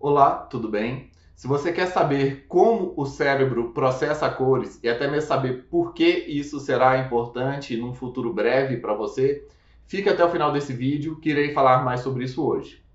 Olá, tudo bem? Se você quer saber como o cérebro processa cores e até mesmo saber por que isso será importante num futuro breve para você, fique até o final desse vídeo que irei falar mais sobre isso hoje.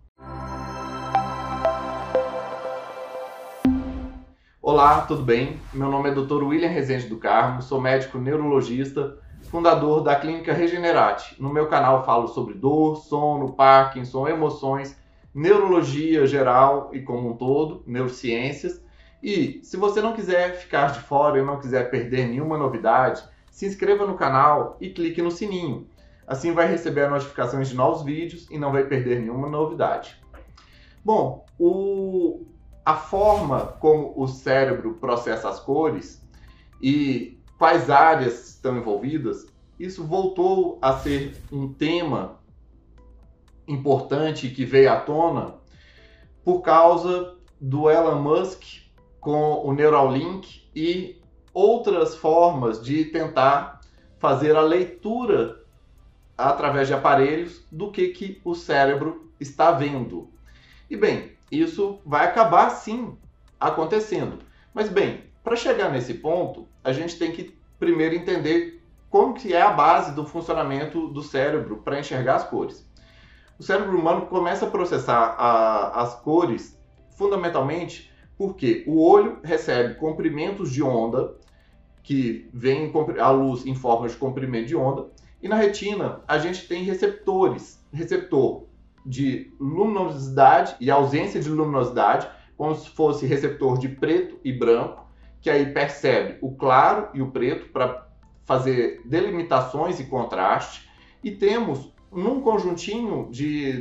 Olá, tudo bem? Meu nome é Dr. William Rezende do Carmo, sou médico neurologista, fundador da Clínica Regenerate. No meu canal falo sobre dor, sono, Parkinson, emoções, neurologia geral e como um todo, neurociências. E se você não quiser ficar de fora e não quiser perder nenhuma novidade, se inscreva no canal e clique no sininho. Assim vai receber as notificações de novos vídeos e não vai perder nenhuma novidade. Bom, a forma como o cérebro processa as cores e quais áreas estão envolvidas, isso voltou a ser um tema importante que veio à tona por causa do Elon Musk com o Neuralink e outras formas de tentar fazer a leitura através de aparelhos do que o cérebro está vendo. E bem, isso vai acabar sim acontecendo. Mas bem, para chegar nesse ponto, a gente tem que primeiro entender como que é a base do funcionamento do cérebro para enxergar as cores. O cérebro humano começa a processar as cores fundamentalmente porque o olho recebe comprimentos de onda, que vem a luz em forma de comprimento de onda, e na retina a gente tem receptores, receptor de luminosidade e ausência de luminosidade, como se fosse receptor de preto e branco, que aí percebe o claro e o preto para fazer delimitações e contraste, e temos num conjuntinho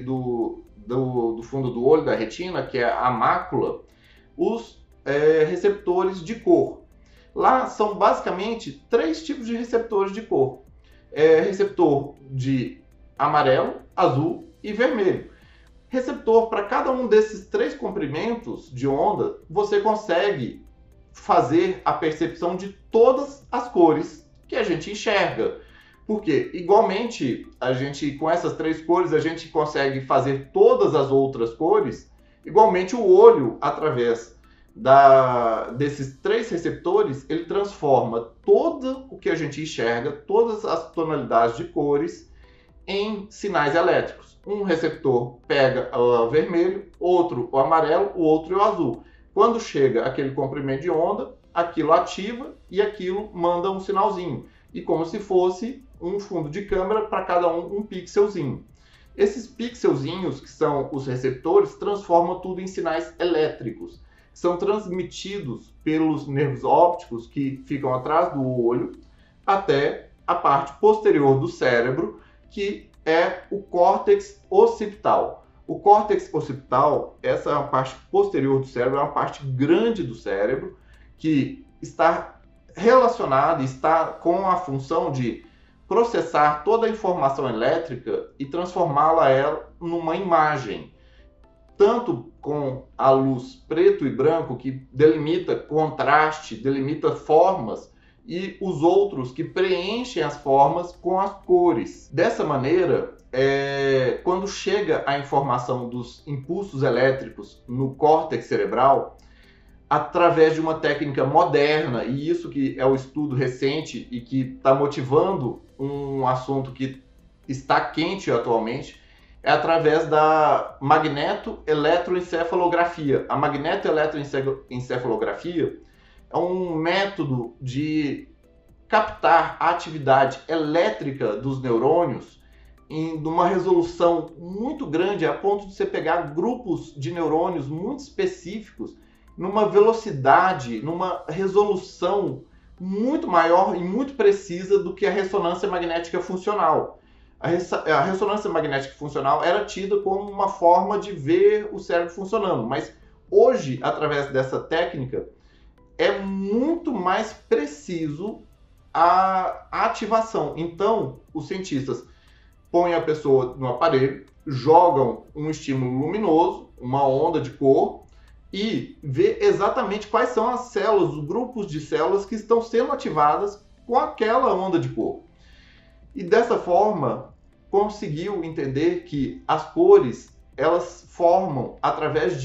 do fundo do olho, da retina, que é a mácula, os receptores de cor. Lá são basicamente três tipos de receptores de cor. Receptor de amarelo, azul e vermelho. Receptor para cada um desses três comprimentos de onda, você consegue fazer a percepção de todas as cores que a gente enxerga. Porque, igualmente, com essas três cores, a gente consegue fazer todas as outras cores. Igualmente, o olho, através desses três receptores, ele transforma todo o que a gente enxerga, todas as tonalidades de cores, em sinais elétricos. Um receptor pega o vermelho, outro o amarelo, o outro o azul. Quando chega aquele comprimento de onda, aquilo ativa e aquilo manda um sinalzinho. E como se fosse um fundo de câmera para cada um pixelzinho. Esses pixelzinhos, que são os receptores, transformam tudo em sinais elétricos. São transmitidos pelos nervos ópticos que ficam atrás do olho até a parte posterior do cérebro, que é o córtex occipital. O córtex occipital, essa é a parte posterior do cérebro, é uma parte grande do cérebro que está relacionada, está com a função de processar toda a informação elétrica e transformá-la numa imagem, tanto com a luz preto e branco, que delimita contraste, delimita formas, e os outros que preenchem as formas com as cores. Dessa maneira, quando chega a informação dos impulsos elétricos no córtex cerebral, através de uma técnica moderna, e isso que é o estudo recente e que está motivando um assunto que está quente atualmente, é através da magnetoeletroencefalografia. A magnetoeletroencefalografia é um método de captar a atividade elétrica dos neurônios em uma resolução muito grande, a ponto de você pegar grupos de neurônios muito específicos numa velocidade, numa resolução muito maior e muito precisa do que a ressonância magnética funcional. A ressonância magnética funcional era tida como uma forma de ver o cérebro funcionando, mas hoje, através dessa técnica, é muito mais preciso a ativação. Então, os cientistas põem a pessoa no aparelho, jogam um estímulo luminoso, uma onda de cor, e vê exatamente quais são as células, os grupos de células que estão sendo ativadas com aquela onda de cor. E dessa forma, conseguiu entender que as cores, elas formam através de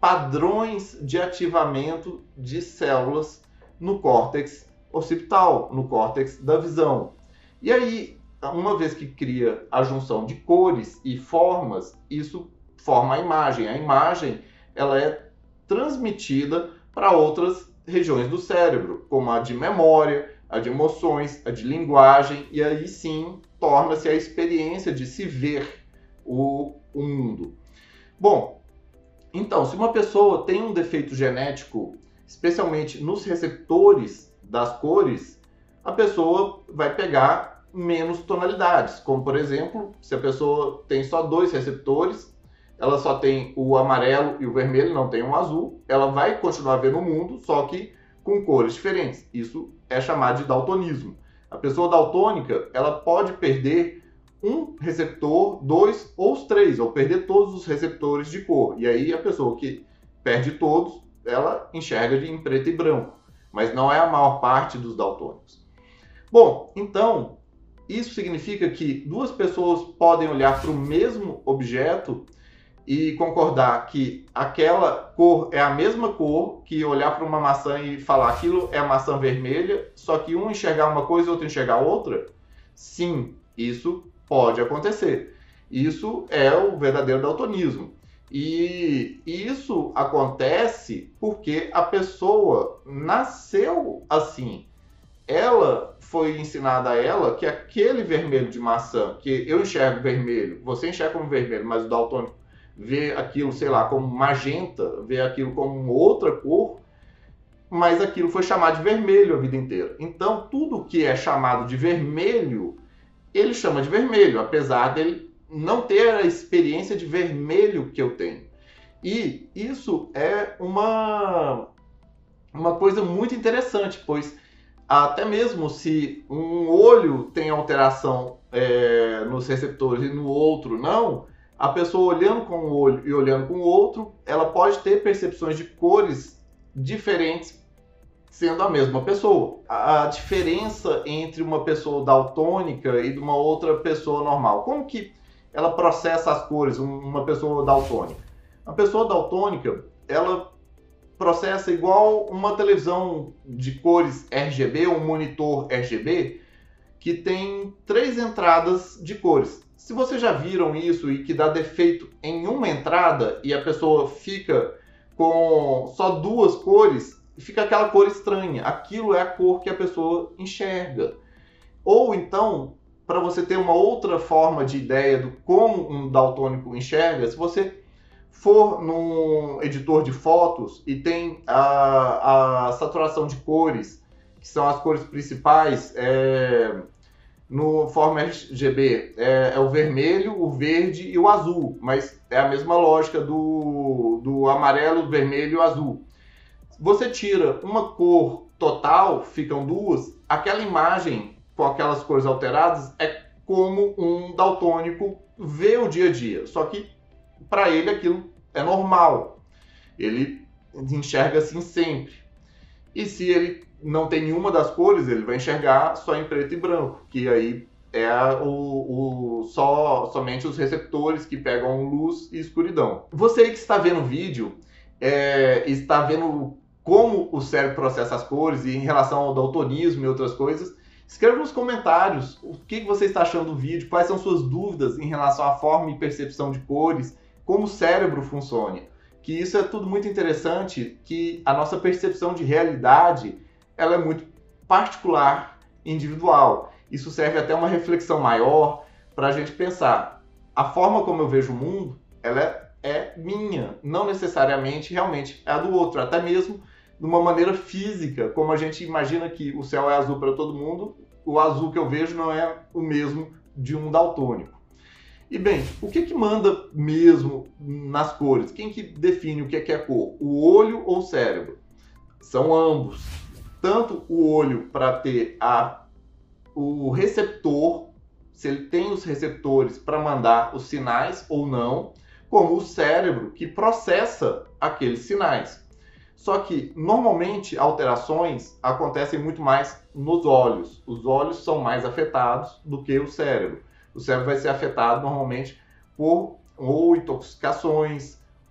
padrões de ativamento de células no córtex occipital, no córtex da visão. E aí, uma vez que cria a junção de cores e formas, isso forma a imagem. A imagem ela é transmitida para outras regiões do cérebro, como a de memória, a de emoções, a de linguagem, e aí sim torna-se a experiência de se ver o mundo. Bom, então, se uma pessoa tem um defeito genético, especialmente nos receptores das cores, a pessoa vai pegar menos tonalidades, como por exemplo, se a pessoa tem só 2 receptores, ela só tem o amarelo e o vermelho, não tem o azul, ela vai continuar vendo o mundo, só que com cores diferentes. Isso é chamado de daltonismo. A pessoa daltônica, ela pode perder um receptor, 2 ou os 3, ou perder todos os receptores de cor. E aí a pessoa que perde todos, ela enxerga em preto e branco, mas não é a maior parte dos daltônicos. Bom, então, isso significa que 2 pessoas podem olhar para o mesmo objeto e concordar que aquela cor é a mesma cor, que olhar para uma maçã e falar aquilo é a maçã vermelha, só que um enxergar uma coisa e outro enxergar outra? Sim, isso pode acontecer. Isso é o verdadeiro daltonismo. E isso acontece porque a pessoa nasceu assim. Ela foi ensinada a ela que aquele vermelho de maçã, que eu enxergo vermelho, você enxerga como vermelho, mas o daltônico vê aquilo, sei lá, como magenta, vê aquilo como outra cor, mas aquilo foi chamado de vermelho a vida inteira. Então, tudo que é chamado de vermelho, ele chama de vermelho, apesar dele não ter a experiência de vermelho que eu tenho. E isso é uma coisa muito interessante, pois até mesmo se um olho tem alteração nos receptores e no outro não, a pessoa olhando com um olho e olhando com o outro, ela pode ter percepções de cores diferentes sendo a mesma pessoa. A diferença entre uma pessoa daltônica e de uma outra pessoa normal, como que ela processa as cores, uma pessoa daltônica? A pessoa daltônica, ela processa igual uma televisão de cores RGB, um monitor RGB, que tem 3 entradas de cores. Se vocês já viram isso e que dá defeito em uma entrada e a pessoa fica com só 2 cores, fica aquela cor estranha. Aquilo é a cor que a pessoa enxerga. Ou então, para você ter uma outra forma de ideia do como um daltônico enxerga, se você for num editor de fotos e tem a saturação de cores, que são as cores principais, no forma RGB, é o vermelho, o verde e o azul, mas é a mesma lógica do amarelo, vermelho e o azul. Você tira uma cor total, ficam 2, aquela imagem com aquelas cores alteradas é como um daltônico vê o dia a dia, só que para ele aquilo é normal, ele enxerga assim sempre. E se ele não tem nenhuma das cores, ele vai enxergar só em preto e branco, que aí é somente os receptores que pegam luz e escuridão. Você aí que está vendo o vídeo, está vendo como o cérebro processa as cores e em relação ao daltonismo e outras coisas, escreva nos comentários o que você está achando do vídeo, quais são suas dúvidas em relação à forma e percepção de cores, como o cérebro funciona. Que isso é tudo muito interessante, que a nossa percepção de realidade ela é muito particular, individual. Isso serve até uma reflexão maior para a gente pensar. A forma como eu vejo o mundo, ela é minha, não necessariamente realmente é a do outro, até mesmo de uma maneira física, como a gente imagina que o céu é azul para todo mundo, o azul que eu vejo não é o mesmo de um daltônico. E bem, o que manda mesmo nas cores? Quem que define o que é cor? O olho ou o cérebro? São ambos. Tanto o olho para ter o receptor, se ele tem os receptores para mandar os sinais ou não, como o cérebro que processa aqueles sinais. Só que, normalmente, alterações acontecem muito mais nos olhos. Os olhos são mais afetados do que o cérebro. O cérebro vai ser afetado, normalmente, por ou intoxicações,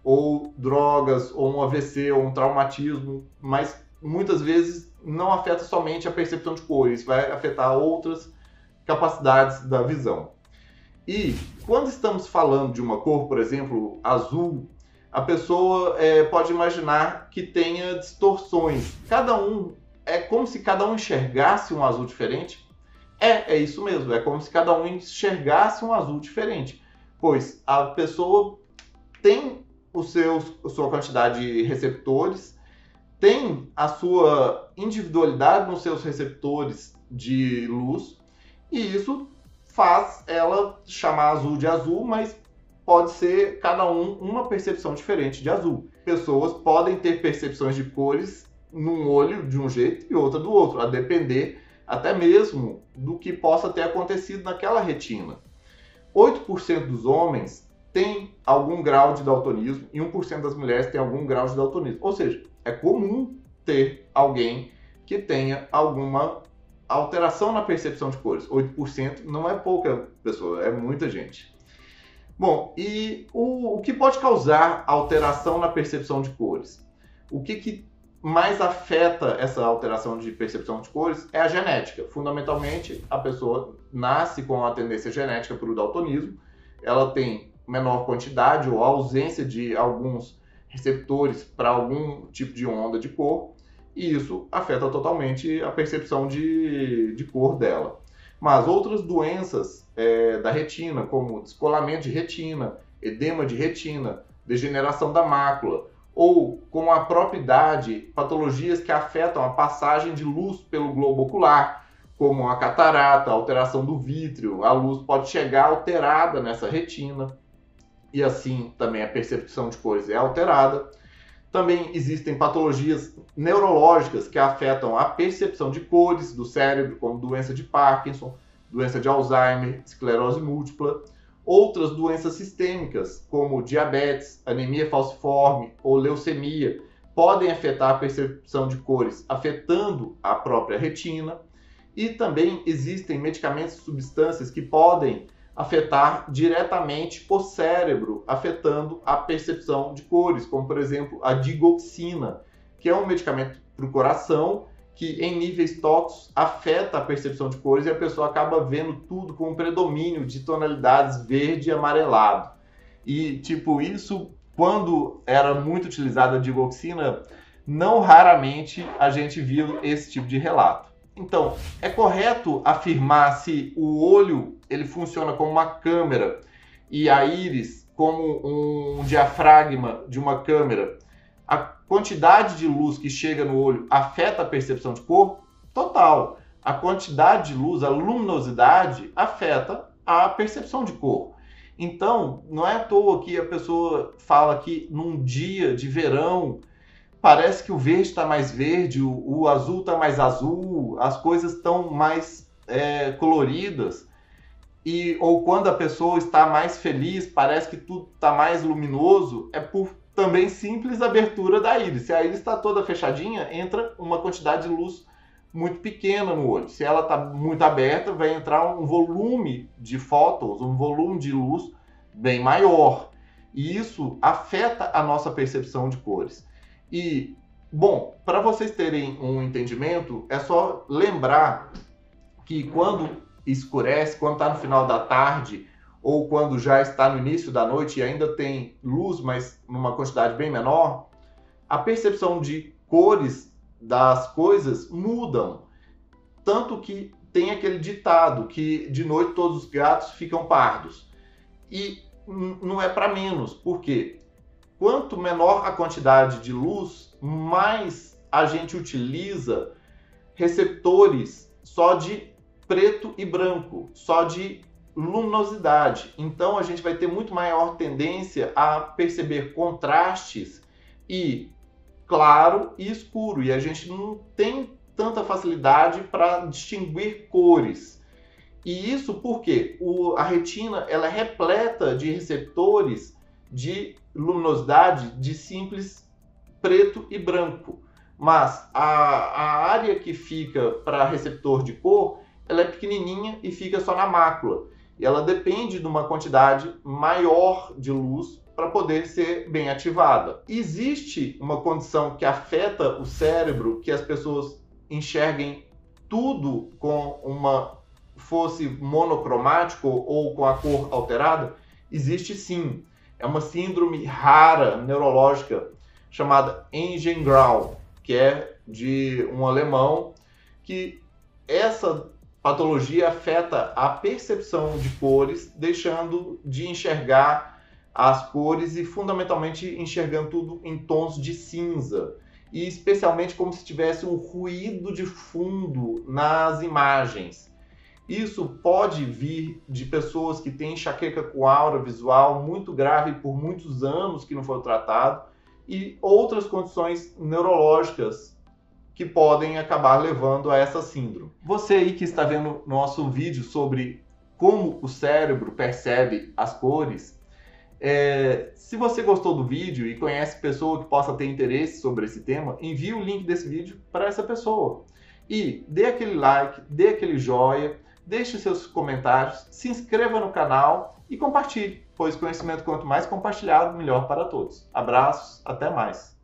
ou drogas, ou um AVC, ou um traumatismo, mas muitas vezes não afeta somente a percepção de cores, vai afetar outras capacidades da visão. E quando estamos falando de uma cor, por exemplo, azul, a pessoa pode imaginar que tenha distorções. É como se cada um enxergasse um azul diferente. É isso mesmo, é como se cada um enxergasse um azul diferente, pois a pessoa tem a sua quantidade de receptores, tem a sua individualidade nos seus receptores de luz, e isso faz ela chamar azul de azul, mas pode ser cada uma percepção diferente de azul. Pessoas podem ter percepções de cores num olho de um jeito e outra do outro, a depender até mesmo do que possa ter acontecido naquela retina. 8% dos homens tem algum grau de daltonismo e 1% das mulheres tem algum grau de daltonismo. Ou seja, é comum ter alguém que tenha alguma alteração na percepção de cores. 8% não é pouca pessoa, é muita gente. Bom, e o que pode causar alteração na percepção de cores? O que mais afeta essa alteração de percepção de cores é a genética. Fundamentalmente, a pessoa nasce com a tendência genética para o daltonismo, ela tem menor quantidade ou ausência de alguns receptores para algum tipo de onda de cor, e isso afeta totalmente a percepção de cor dela. Mas outras doenças da retina, como descolamento de retina, edema de retina, degeneração da mácula, ou com a própria idade, patologias que afetam a passagem de luz pelo globo ocular, como a catarata, a alteração do vítreo, a luz pode chegar alterada nessa retina, e assim também a percepção de cores é alterada. Também existem patologias neurológicas que afetam a percepção de cores do cérebro, como doença de Parkinson, doença de Alzheimer, esclerose múltipla. Outras doenças sistêmicas, como diabetes, anemia falciforme ou leucemia, podem afetar a percepção de cores, afetando a própria retina. E também existem medicamentos e substâncias que podem afetar diretamente o cérebro, afetando a percepção de cores, como por exemplo a digoxina, que é um medicamento para o coração, que em níveis tóxicos afeta a percepção de cores e a pessoa acaba vendo tudo com um predomínio de tonalidades verde e amarelado. E isso, quando era muito utilizada a digoxina, não raramente a gente viu esse tipo de relato. Então, é correto afirmar se o olho ele funciona como uma câmera e a íris como um diafragma de uma câmera? A quantidade de luz que chega no olho afeta a percepção de cor? Total. A quantidade de luz, a luminosidade, afeta a percepção de cor. Então, não é à toa que a pessoa fala que num dia de verão parece que o verde está mais verde, o azul está mais azul, as coisas estão mais coloridas. Ou quando a pessoa está mais feliz, parece que tudo está mais luminoso, é por também simples abertura da íris. Se a íris está toda fechadinha, entra uma quantidade de luz muito pequena no olho. Se ela está muito aberta, vai entrar um volume de fótons, um volume de luz bem maior. E isso afeta a nossa percepção de cores. E, bom, para vocês terem um entendimento, é só lembrar que quando escurece, quando está no final da tarde, ou quando já está no início da noite e ainda tem luz, mas numa quantidade bem menor, a percepção de cores das coisas mudam. Tanto que tem aquele ditado que de noite todos os gatos ficam pardos. E não é para menos, porque quanto menor a quantidade de luz, mais a gente utiliza receptores só de preto e branco, só de luminosidade. Então a gente vai ter muito maior tendência a perceber contrastes e claro e escuro, e a gente não tem tanta facilidade para distinguir cores. E isso porque a retina ela é repleta de receptores de luminosidade de simples preto e branco, mas a área que fica para receptor de cor ela é pequenininha e fica só na mácula. E ela depende de uma quantidade maior de luz para poder ser bem ativada. Existe uma condição que afeta o cérebro, que as pessoas enxerguem tudo com uma fosse monocromático ou com a cor alterada? Existe sim. É uma síndrome rara neurológica chamada Engengrau, que é de um alemão, que essa patologia afeta a percepção de cores, deixando de enxergar as cores e fundamentalmente enxergando tudo em tons de cinza, e especialmente como se tivesse um ruído de fundo nas imagens. Isso pode vir de pessoas que têm enxaqueca com aura visual muito grave por muitos anos que não foi tratado, e outras condições neurológicas que podem acabar levando a essa síndrome. Você aí que está vendo nosso vídeo sobre como o cérebro percebe as cores, se você gostou do vídeo e conhece pessoa que possa ter interesse sobre esse tema, envie o link desse vídeo para essa pessoa. E dê aquele like, dê aquele joinha, deixe seus comentários, se inscreva no canal e compartilhe, pois conhecimento quanto mais compartilhado, melhor para todos. Abraços, até mais!